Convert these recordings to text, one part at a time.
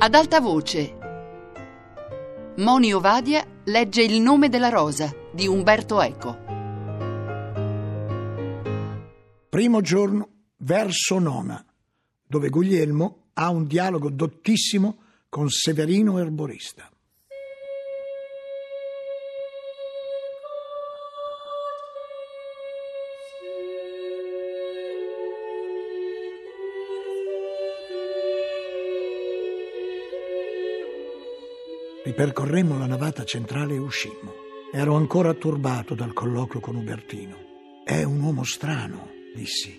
Ad alta voce, Moni Ovadia legge Il nome della rosa di Umberto Eco. Primo giorno, verso 9, dove Guglielmo ha un dialogo dottissimo con Severino Erborista. Ripercorremmo la navata centrale e uscimmo. Ero ancora turbato dal colloquio con Ubertino. È un uomo strano, dissi.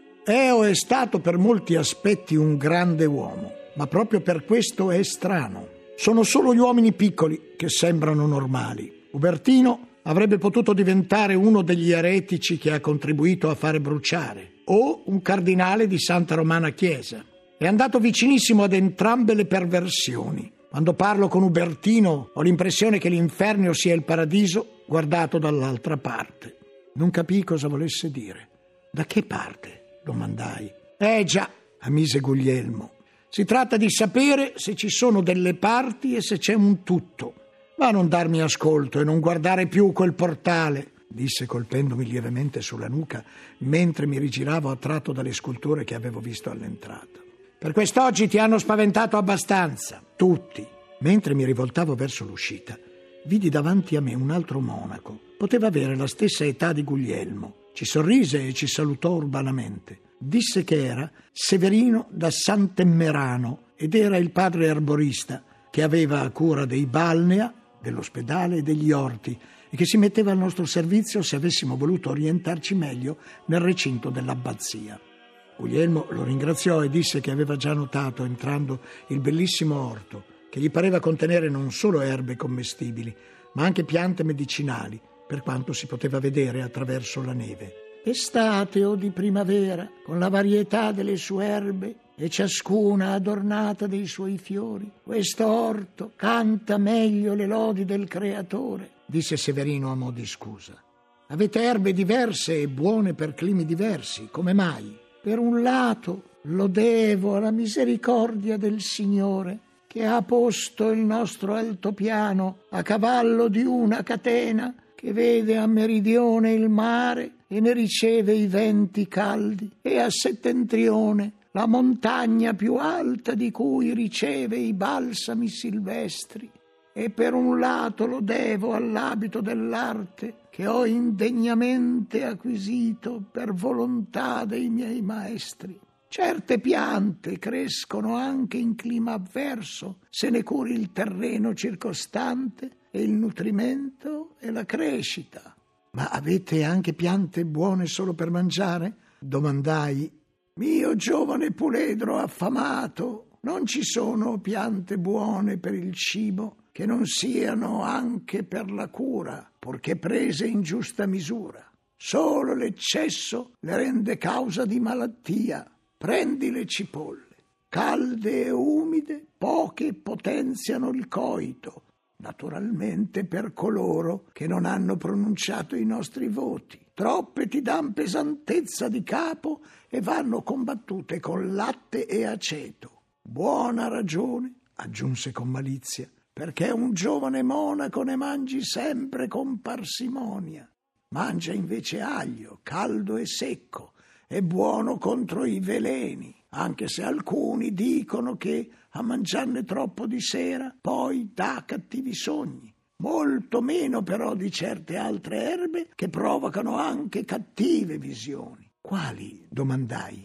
Eo è stato per molti aspetti un grande uomo, ma proprio per questo è strano. Sono solo gli uomini piccoli che sembrano normali. Ubertino avrebbe potuto diventare uno degli eretici che ha contribuito a fare bruciare, o un cardinale di Santa Romana Chiesa. È andato vicinissimo ad entrambe le perversioni. Quando parlo con Ubertino ho l'impressione che l'inferno sia il paradiso guardato dall'altra parte. Non capii cosa volesse dire. Da che parte? Domandai. Già, ammise Guglielmo. Si tratta di sapere se ci sono delle parti e se c'è un tutto. Ma non darmi ascolto e non guardare più quel portale, disse colpendomi lievemente sulla nuca mentre mi rigiravo attratto dalle sculture che avevo visto all'entrata. Per quest'oggi ti hanno spaventato abbastanza, tutti. Mentre mi rivoltavo verso l'uscita, vidi davanti a me un altro monaco. Poteva avere la stessa età di Guglielmo. Ci sorrise e ci salutò urbanamente. Disse che era Severino da Sant'Emmerano ed era il padre erborista che aveva a cura dei balnea, dell'ospedale e degli orti e che si metteva al nostro servizio se avessimo voluto orientarci meglio nel recinto dell'abbazia. Guglielmo lo ringraziò e disse che aveva già notato entrando il bellissimo orto, che gli pareva contenere non solo erbe commestibili, ma anche piante medicinali, per quanto si poteva vedere attraverso la neve. Estate o di primavera, con la varietà delle sue erbe e ciascuna adornata dei suoi fiori, questo orto canta meglio le lodi del Creatore, disse Severino a mo' di scusa. Avete erbe diverse e buone per climi diversi, come mai? Per un lato lo devo alla misericordia del Signore, che ha posto il nostro altopiano a cavallo di una catena che vede a meridione il mare e ne riceve i venti caldi, e a settentrione la montagna più alta di cui riceve i balsami silvestri. E per un lato lo devo all'abito dell'arte che ho indegnamente acquisito per volontà dei miei maestri. Certe piante crescono anche in clima avverso, se ne curi il terreno circostante e il nutrimento e la crescita. Ma avete anche piante buone solo per mangiare? Domandai. Mio giovane puledro affamato, non ci sono piante buone per il cibo che non siano anche per la cura, purché prese in giusta misura. Solo l'eccesso le rende causa di malattia. Prendi le cipolle, calde e umide, poche potenziano il coito, naturalmente per coloro che non hanno pronunciato i nostri voti. Troppe ti dan pesantezza di capo e vanno combattute con latte e aceto. Buona ragione, aggiunse con malizia, perché un giovane monaco ne mangi sempre con parsimonia. Mangia invece aglio, caldo e secco, è buono contro i veleni, anche se alcuni dicono che a mangiarne troppo di sera poi dà cattivi sogni. Molto meno però di certe altre erbe che provocano anche cattive visioni. Quali? Domandai.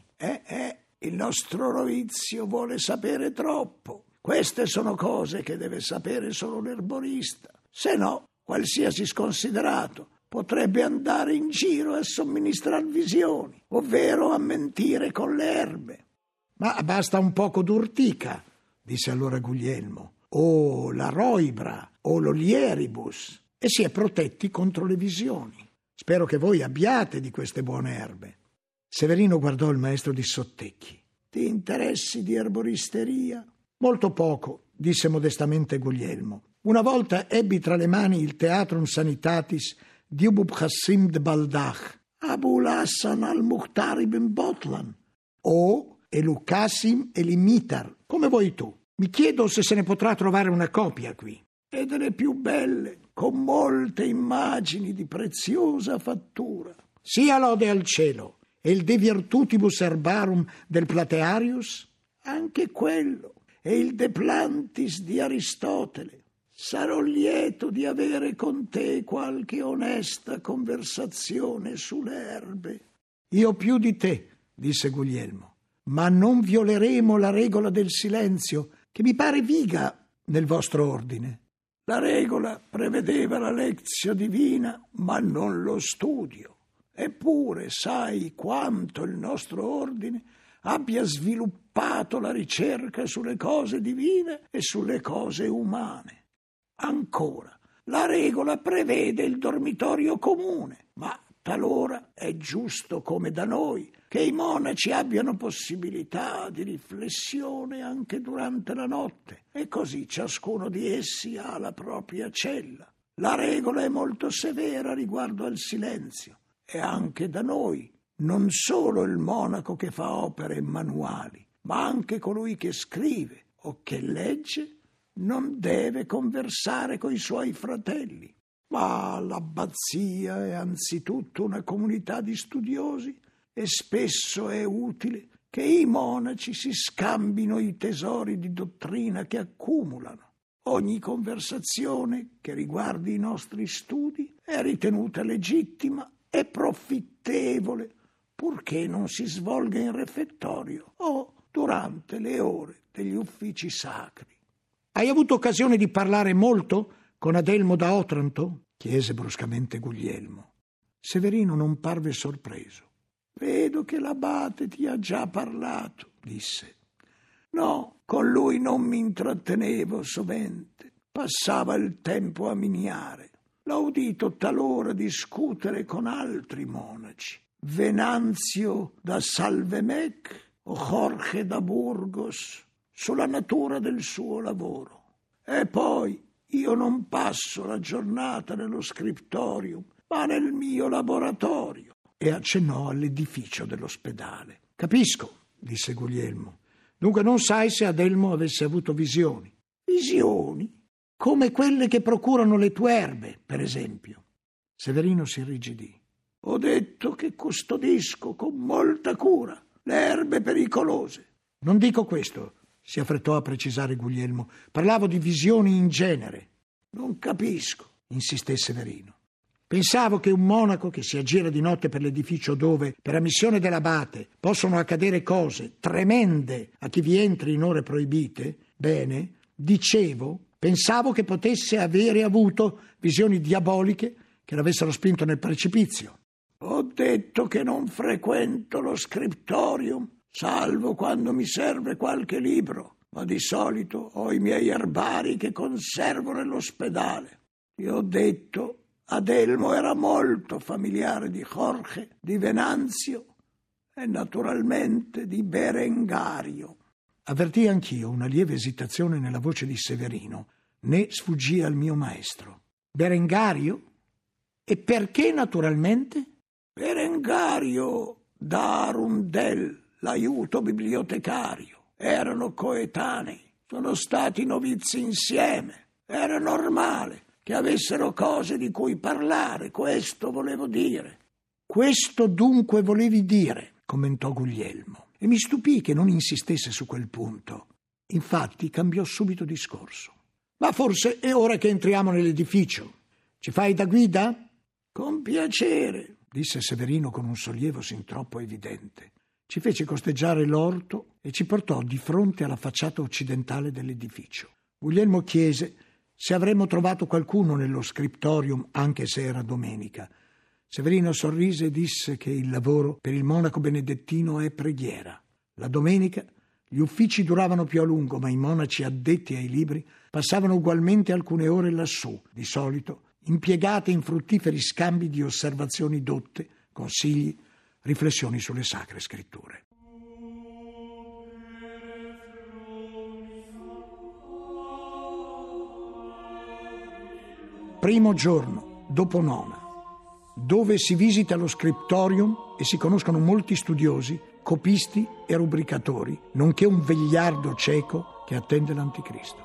Il nostro novizio vuole sapere troppo. Queste sono cose che deve sapere solo l'erborista. Se no, qualsiasi sconsiderato potrebbe andare in giro a somministrar visioni, ovvero a mentire con le erbe. Ma basta un poco d'urtica, disse allora Guglielmo, o la roibra, o l'olieribus, e si è protetti contro le visioni. Spero che voi abbiate di queste buone erbe. Severino guardò il maestro di sottecchi. Ti interessi di erboristeria? Molto poco, disse modestamente Guglielmo. Una volta ebbi tra le mani il Theatrum Sanitatis di Abul Qasim de Baldach, Abul Hassan al-Mukhtar ibn Botlan, o Elu Qasim el-Imitar, come vuoi tu. Mi chiedo se se ne potrà trovare una copia qui. E delle più belle, con molte immagini di preziosa fattura. Sia lode al cielo, e il De Virtutibus Herbarum del Platearius, anche quello, e il De Plantis di Aristotele. Sarò lieto di avere con te qualche onesta conversazione sulle erbe. Io più di te, disse Guglielmo, ma non violeremo la regola del silenzio, che mi pare viga nel vostro ordine. La regola prevedeva la lectio divina, ma non lo studio. Eppure sai quanto il nostro ordine abbia sviluppato la ricerca sulle cose divine e sulle cose umane. Ancora, la regola prevede il dormitorio comune, ma talora è giusto, come da noi, che i monaci abbiano possibilità di riflessione anche durante la notte, e così ciascuno di essi ha la propria cella. La regola è molto severa riguardo al silenzio, e anche da noi non solo il monaco che fa opere manuali, ma anche colui che scrive o che legge non deve conversare coi suoi fratelli. Ma l'abbazia è anzitutto una comunità di studiosi e spesso è utile che i monaci si scambino i tesori di dottrina che accumulano. Ogni conversazione che riguardi i nostri studi è ritenuta legittima e profittevole, purché non si svolga in refettorio o durante le ore degli uffici sacri. Hai avuto occasione di parlare molto con Adelmo da Otranto? Chiese bruscamente Guglielmo. Severino non parve sorpreso. Vedo che l'abate ti ha già parlato, disse. No, con lui non mi intrattenevo sovente. Passava il tempo a miniare. L'ho udito talora discutere con altri monaci. Venanzio da Salvemec o Jorge da Burgos sulla natura del suo lavoro. E poi io non passo la giornata nello scriptorium, ma nel mio laboratorio. E accennò all'edificio dell'ospedale. Capisco, disse Guglielmo. Dunque non sai se Adelmo avesse avuto visioni. Visioni? Come quelle che procurano le tue erbe, per esempio. Severino si irrigidì. Ho detto che custodisco con molta cura le erbe pericolose. Non dico questo, si affrettò a precisare Guglielmo. Parlavo di visioni in genere. Non capisco, insisté Severino. Pensavo che un monaco che si aggira di notte per l'edificio dove, per ammissione dell'abate, possono accadere cose tremende a chi vi entri in ore proibite, pensavo che potesse avere avuto visioni diaboliche che l'avessero spinto nel precipizio. Ho detto che non frequento lo scriptorium, salvo quando mi serve qualche libro, ma di solito ho i miei erbari che conservo nell'ospedale. Ti ho detto, Adelmo era molto familiare di Jorge, di Venanzio e naturalmente di Berengario. Avvertii anch'io una lieve esitazione nella voce di Severino, né sfuggì al mio maestro. Berengario? E perché naturalmente? Berengario da Arundel, l'aiuto bibliotecario. Erano coetanei, sono stati novizi insieme. Era normale che avessero cose di cui parlare, questo volevo dire. Questo dunque volevi dire, commentò Guglielmo, e mi stupì che non insistesse su quel punto. Infatti cambiò subito discorso. Ma forse è ora che entriamo nell'edificio. Ci fai da guida? Con piacere, disse Severino con un sollievo sin troppo evidente. Ci fece costeggiare l'orto e ci portò di fronte alla facciata occidentale dell'edificio. Guglielmo chiese se avremmo trovato qualcuno nello scriptorium, anche se era domenica. Severino sorrise e disse che il lavoro per il monaco benedettino è preghiera. La domenica gli uffici duravano più a lungo, ma i monaci addetti ai libri passavano ugualmente alcune ore lassù, di solito impiegate in fruttiferi scambi di osservazioni dotte, consigli, riflessioni sulle sacre scritture. Primo giorno, dopo nona, dove si visita lo scriptorium e si conoscono molti studiosi, copisti e rubricatori, nonché un vegliardo cieco che attende l'Anticristo.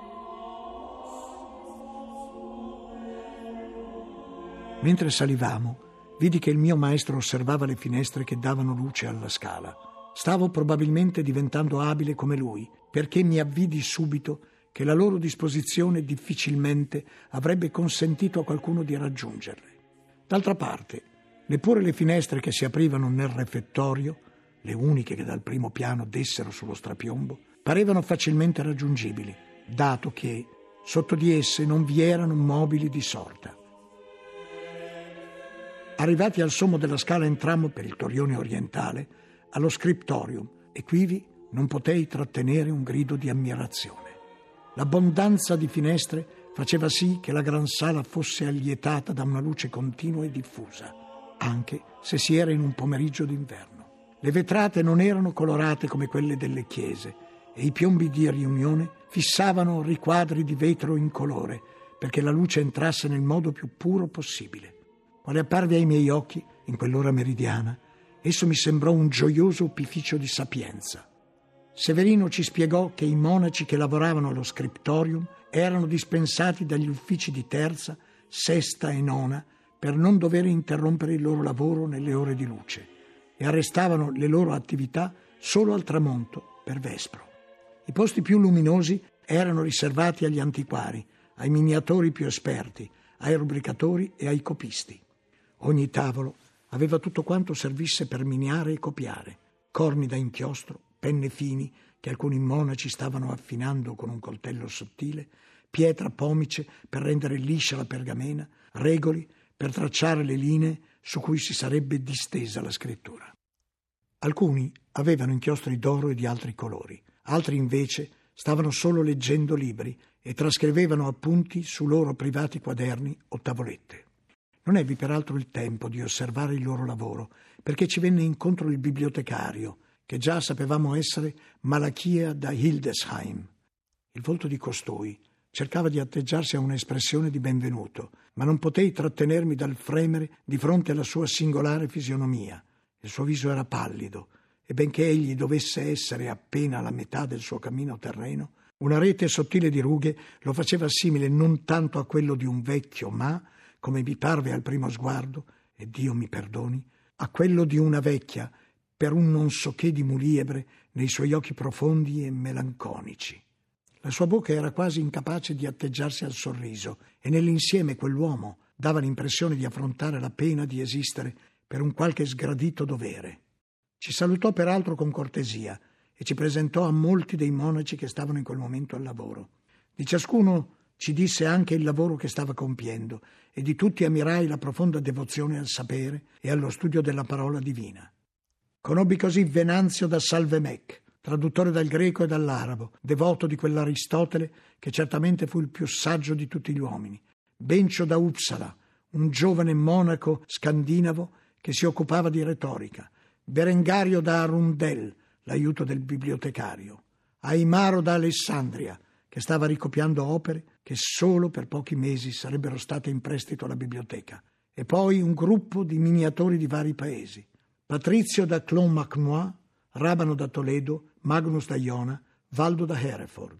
Mentre salivamo, vidi che il mio maestro osservava le finestre che davano luce alla scala. Stavo probabilmente diventando abile come lui, perché mi avvidi subito che la loro disposizione difficilmente avrebbe consentito a qualcuno di raggiungerle. D'altra parte, neppure le finestre che si aprivano nel refettorio, le uniche che dal primo piano dessero sullo strapiombo, parevano facilmente raggiungibili, dato che sotto di esse non vi erano mobili di sorta. Arrivati al sommo della scala entrammo per il torrione orientale allo scriptorium e quivi non potei trattenere un grido di ammirazione. L'abbondanza di finestre faceva sì che la gran sala fosse allietata da una luce continua e diffusa, anche se si era in un pomeriggio d'inverno. Le vetrate non erano colorate come quelle delle chiese e i piombi di riunione fissavano riquadri di vetro incolore perché la luce entrasse nel modo più puro possibile. Quale apparve ai miei occhi, in quell'ora meridiana, esso mi sembrò un gioioso opificio di sapienza. Severino ci spiegò che i monaci che lavoravano allo scriptorium erano dispensati dagli uffici di terza, sesta e nona per non dover interrompere il loro lavoro nelle ore di luce e arrestavano le loro attività solo al tramonto per vespro. I posti più luminosi erano riservati agli antiquari, ai miniatori più esperti, ai rubricatori e ai copisti. Ogni tavolo aveva tutto quanto servisse per miniare e copiare, corni da inchiostro, penne fini che alcuni monaci stavano affinando con un coltello sottile, pietra pomice per rendere liscia la pergamena, regoli per tracciare le linee su cui si sarebbe distesa la scrittura. Alcuni avevano inchiostri d'oro e di altri colori, altri invece stavano solo leggendo libri e trascrivevano appunti su loro privati quaderni o tavolette. Non ebbi peraltro il tempo di osservare il loro lavoro, perché ci venne incontro il bibliotecario, che già sapevamo essere Malachia da Hildesheim. Il volto di costui cercava di atteggiarsi a un'espressione di benvenuto, ma non potei trattenermi dal fremere di fronte alla sua singolare fisionomia. Il suo viso era pallido, e benché egli dovesse essere appena alla metà del suo cammino terreno, una rete sottile di rughe lo faceva simile non tanto a quello di un vecchio, ma, come mi parve al primo sguardo, e Dio mi perdoni, a quello di una vecchia, per un non so che di muliebre nei suoi occhi profondi e melanconici. La sua bocca era quasi incapace di atteggiarsi al sorriso, e nell'insieme quell'uomo dava l'impressione di affrontare la pena di esistere per un qualche sgradito dovere. Ci salutò peraltro con cortesia e ci presentò a molti dei monaci che stavano in quel momento al lavoro. Di ciascuno ci disse anche il lavoro che stava compiendo e di tutti ammirai la profonda devozione al sapere e allo studio della parola divina. Conobbi così Venanzio da Salvemec, traduttore dal greco e dall'arabo, devoto di quell'Aristotele che certamente fu il più saggio di tutti gli uomini, Bencio da Uppsala, un giovane monaco scandinavo che si occupava di retorica, Berengario da Arundel, l'aiuto del bibliotecario, Aimaro da Alessandria, che stava ricopiando opere che solo per pochi mesi sarebbero state in prestito alla biblioteca, e poi un gruppo di miniatori di vari paesi, Patrizio da Clonmacnois, Rabano da Toledo, Magnus da Iona, Valdo da Hereford.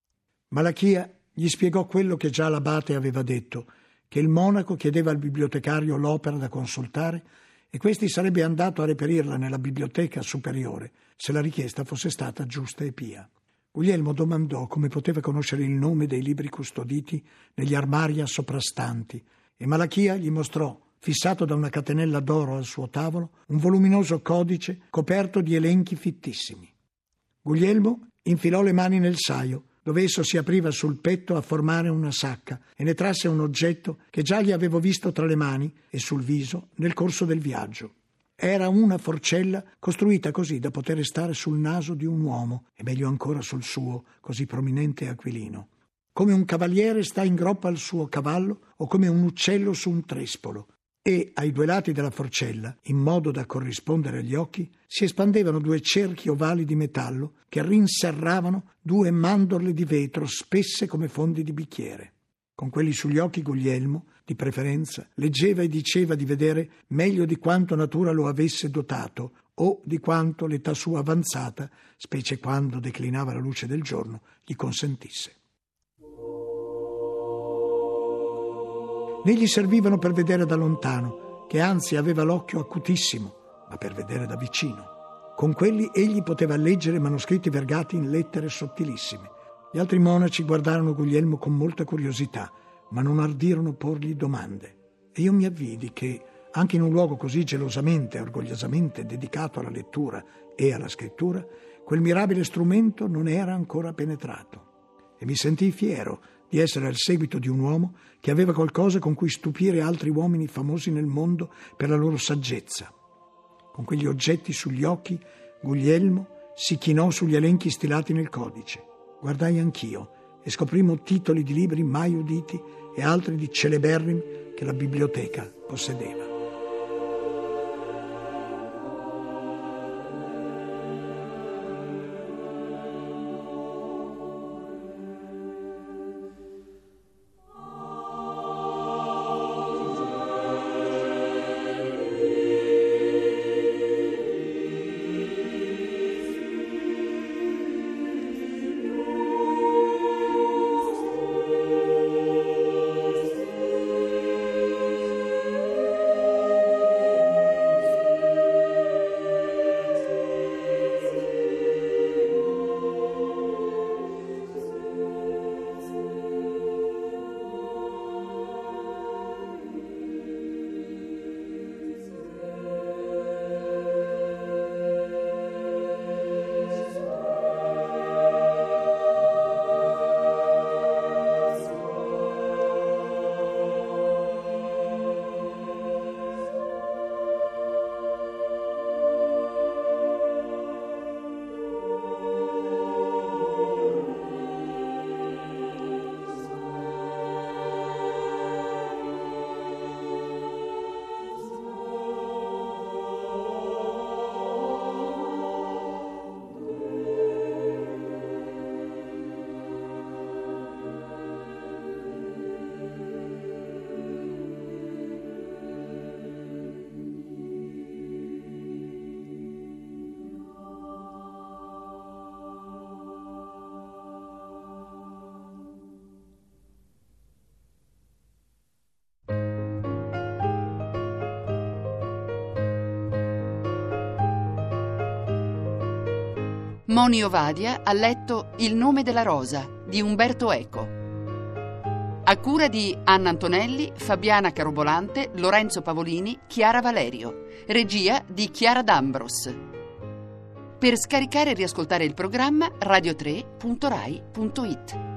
Malachia gli spiegò quello che già l'abate aveva detto, che il monaco chiedeva al bibliotecario l'opera da consultare e questi sarebbe andato a reperirla nella biblioteca superiore se la richiesta fosse stata giusta e pia. Guglielmo domandò come poteva conoscere il nome dei libri custoditi negli armadi soprastanti e Malachia gli mostrò, fissato da una catenella d'oro al suo tavolo, un voluminoso codice coperto di elenchi fittissimi. Guglielmo infilò le mani nel saio, dove esso si apriva sul petto a formare una sacca, e ne trasse un oggetto che già gli avevo visto tra le mani e sul viso nel corso del viaggio. Era una forcella costruita così da poter stare sul naso di un uomo, e meglio ancora sul suo, così prominente e aquilino. Come un cavaliere sta in groppa al suo cavallo o come un uccello su un trespolo. E ai due lati della forcella, in modo da corrispondere agli occhi, si espandevano due cerchi ovali di metallo che rinserravano due mandorle di vetro spesse come fondi di bicchiere. Con quelli sugli occhi Guglielmo, di preferenza, leggeva e diceva di vedere meglio di quanto natura lo avesse dotato o di quanto l'età sua avanzata, specie quando declinava la luce del giorno, gli consentisse. Né gli servivano per vedere da lontano, che anzi aveva l'occhio acutissimo, ma per vedere da vicino. Con quelli egli poteva leggere manoscritti vergati in lettere sottilissime. Gli altri monaci guardarono Guglielmo con molta curiosità, ma non ardirono porgli domande. E io mi avvidi che, anche in un luogo così gelosamente e orgogliosamente dedicato alla lettura e alla scrittura, quel mirabile strumento non era ancora penetrato. E mi sentii fiero di essere al seguito di un uomo che aveva qualcosa con cui stupire altri uomini famosi nel mondo per la loro saggezza. Con quegli oggetti sugli occhi, Guglielmo si chinò sugli elenchi stilati nel codice. Guardai anch'io e scoprimmo titoli di libri mai uditi e altri di celeberrimi che la biblioteca possedeva. Moni Ovadia ha letto Il nome della rosa di Umberto Eco. A cura di Anna Antonelli, Fabiana Carobolante, Lorenzo Pavolini, Chiara Valerio. Regia di Chiara D'Ambros. Per scaricare e riascoltare il programma radio3.rai.it.